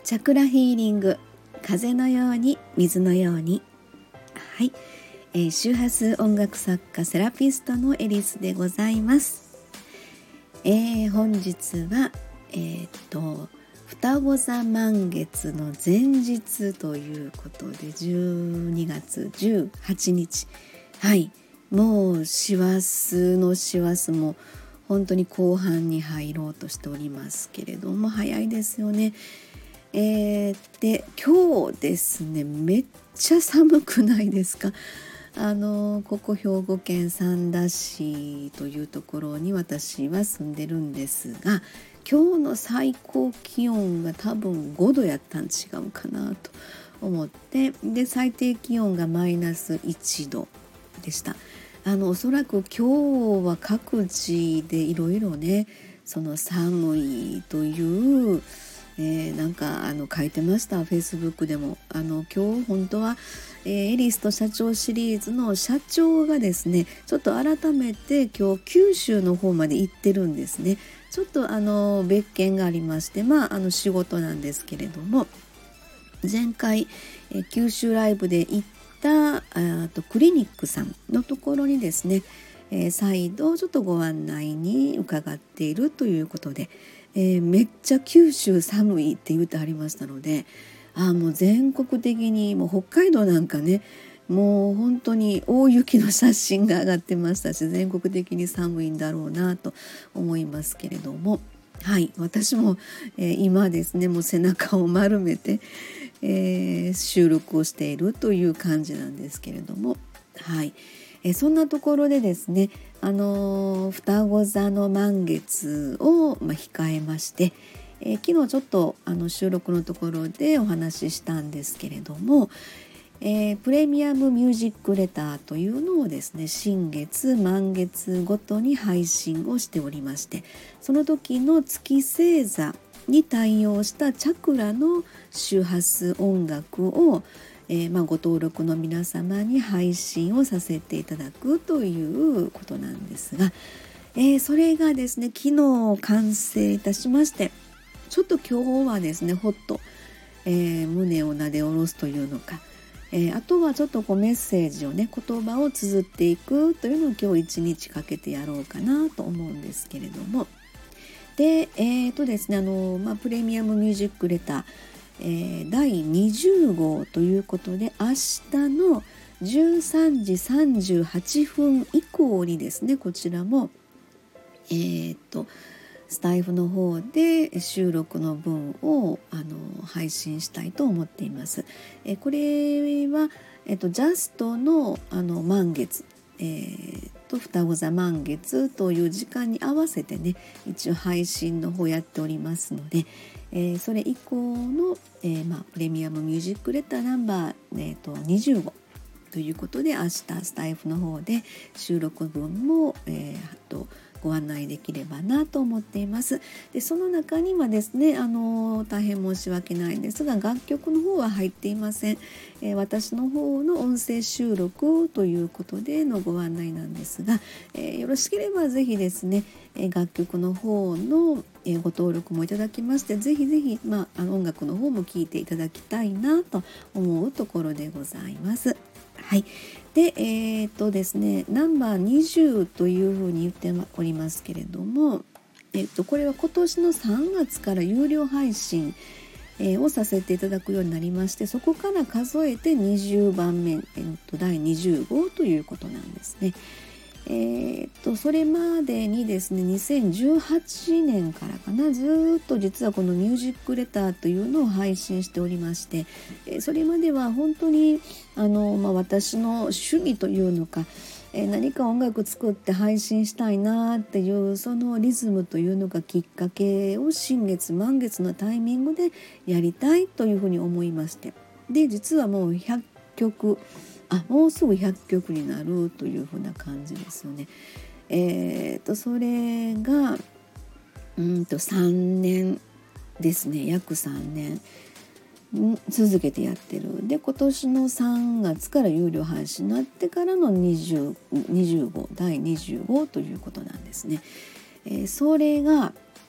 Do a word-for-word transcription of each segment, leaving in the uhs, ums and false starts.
チャクラヒーリング、風のように水のように。はい、えー、周波数音楽作家セラピストのエリスでございます。えー、本日はえー、っと双子座満月の前日ということでじゅうにがつじゅうはちにち、はい、もう師走の師走も本当に後半に入ろうとしておりますけれども、早いですよね。えー、で今日ですね、めっちゃ寒くないですか？あのここ兵庫県三田市というところに私は住んでるんですが、今日の最高気温が多分ごどやったん違うかなと思って、で最低気温がマイナスいちどでした。あのおそらく今日は各地でいろいろね、その寒いというえー、なんかあの書いてました。フェイスブックでもあの今日本当は、えー、エリスと社長シリーズの社長がですね、ちょっと改めて今日九州の方まで行ってるんですね。ちょっとあの別件がありまして、まああの仕事なんですけれども、前回、えー、九州ライブで行ったあとクリニックさんのところにですね、えー、再度ちょっとご案内に伺っているということで、えー、めっちゃ九州寒いって言ってありましたので、あもう全国的にもう北海道なんかね、もう本当に大雪の写真が上がってましたし、全国的に寒いんだろうなと思いますけれども、はい、私も、えー、今ですね、もう背中を丸めて、えー、収録をしているという感じなんですけれども、はい、えー、そんなところでですね、あのー、双子座の満月を、まあ、控えまして、えー、昨日ちょっとあの収録のところでお話ししたんですけれども、えー、プレミアムミュージックレターというのをですね、新月満月ごとに配信をしておりまして、その時の月星座に対応したチャクラの周波数音楽を、えーまあ、ご登録の皆様に配信をさせていただくということなんですが、えー、それがですね、昨日完成いたしまして、ちょっと今日はですね、ほっと、えー、胸をなで下ろすというのか、えー、あとはちょっとこうメッセージをね、言葉を綴っていくというのを今日一日かけてやろうかなと思うんですけれども、で、えーとですね、あのまあ、プレミアムミュージックレター、えー、だいにじゅうごうということで、明日のじゅうさんじさんじゅうはっぷん以降にですね、こちらもえーとスタイフの方で収録の分をあの配信したいと思っています。えこれは、えっと、ジャストの、あの満月、えー、と双子座満月という時間に合わせてね、一応配信の方やっておりますので、えー、それ以降の、えーまあ、プレミアムミュージックレターナンバー、えー、とにじゅうごということで、明日スタイフの方で収録分も、えー、とご案内できればなと思っています。でその中にはですね、あの大変申し訳ないんですが、楽曲の方は入っていません。えー、私の方の音声収録ということでのご案内なんですが、えー、よろしければぜひですね、えー、楽曲の方の、えー、ご登録もいただきまして、ぜひぜひ、まあ、あの音楽の方も聴いていただきたいなと思うところでございます。はい、で、えーとですね、ナンバーにじゅうというふうに言っておりますけれども、えーと、これは今年のさんがつから有料配信、えー、をさせていただくようになりまして、そこから数えてにじゅうばんめ、えーと、だいにじゅうごということなんですね。えー、とそれまでにですね、にせんじゅうはちねんからかな、ずっと実はこのミュージックレターというのを配信しておりまして、えー、それまでは本当にあの、まあ、私の趣味というのか、えー、何か音楽作って配信したいなっていうそのリズムというのがきっかけを、新月満月のタイミングでやりたいというふうに思いまして、で実はもうひゃっきょく、あもうすぐひゃっきょくになるというふうな感じですよね。えー、とそれがうんとさんねんですね、約さんねん続けてやってる。で今年のさんがつから有料配信になってからのにじゅう、にじゅうごだいにじゅうごということなんですね。えー、それが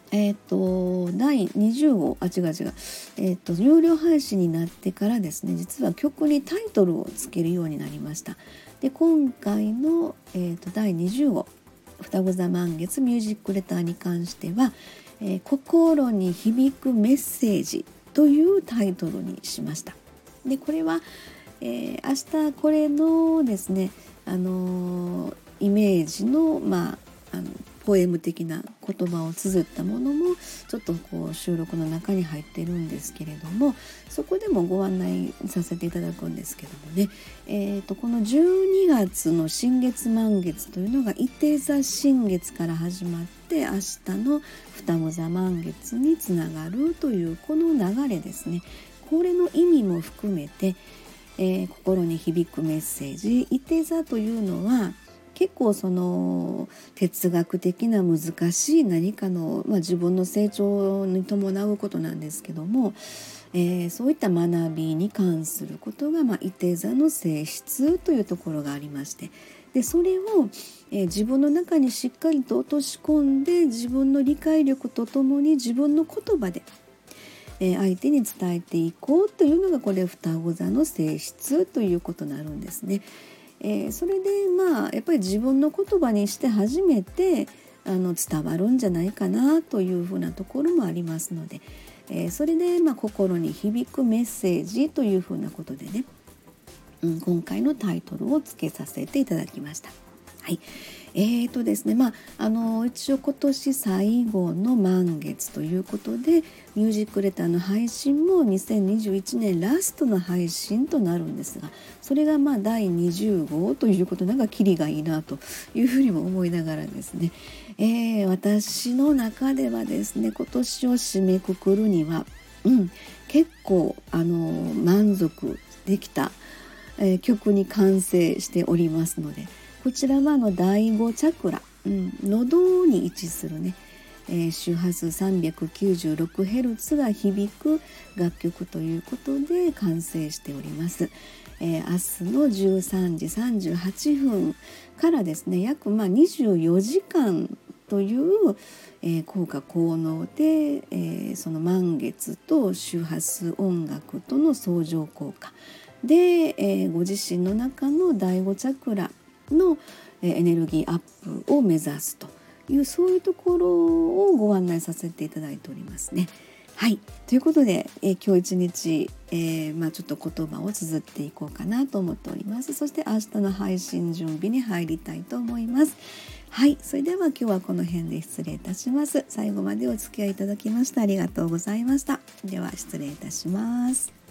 えっ、とだいにじゅうごうあ違う違う、えっ、と有料配信になってからですね、実は曲にタイトルをつけるようになりました。で今回の、えー、とだいにじゅうごう双子座満月ミュージックレターに関しては、えー、心に響くメッセージというタイトルにしました。でこれは、えー、明日これのですね、あのー、イメージの、まあ、あのポエム的な言葉を綴ったものもちょっとこう収録の中に入ってるんですけれども、そこでもご案内させていただくんですけどもね、えー、とこのじゅうにがつの新月満月というのがいて座新月から始まって明日の双子座満月につながるというこの流れですね。これの意味も含めて、えー、心に響くメッセージ、いて座というのは結構その哲学的な難しい何かの、まあ、自分の成長に伴うことなんですけども、えー、そういった学びに関することが、まあ、いて座の性質というところがありまして、でそれを、えー、自分の中にしっかりと落とし込んで自分の理解力とともに自分の言葉でえー、相手に伝えていこうというのがこれ双子座の性質ということになるんですね。えー、それでまあやっぱり自分の言葉にして初めてあの伝わるんじゃないかなというふうなところもありますので、えー、それでまあ心に響くメッセージというふうなことでね、うん、今回のタイトルをつけさせていただきました。はい、えーとですねまあ、あの一応今年最後の満月ということでミュージックレターの配信もにせんにじゅういちねんラストの配信となるんですが、それがまあだいにじゅうごうということなんかキリがいいなというふうにも思いながらですね、えー、私の中ではですね今年を締めくくるには、うん、結構あの満足できた、えー、曲に完成しておりますので、こちらはあのだいごチャクラ、うん、喉に位置するね、えー、周波数 さんびゃくきゅうじゅうろくヘルツ が響く楽曲ということで完成しております。えー、明日のじゅうさんじさんじゅうはっぷんからですね約まあにじゅうよじかんという、えー、効果効能で、えー、その満月と周波数音楽との相乗効果で、えー、ご自身の中のだいごチャクラのエネルギーアップを目指すというそういうところをご案内させていただいておりますね。はい、ということで、えー、今日一日、えーまあ、ちょっと言葉を綴っていこうかなと思っております。そして明日の配信準備に入りたいと思います。はい、それでは今日はこの辺で失礼いたします。最後までお付き合いいただきましてありがとうございました。では失礼いたします。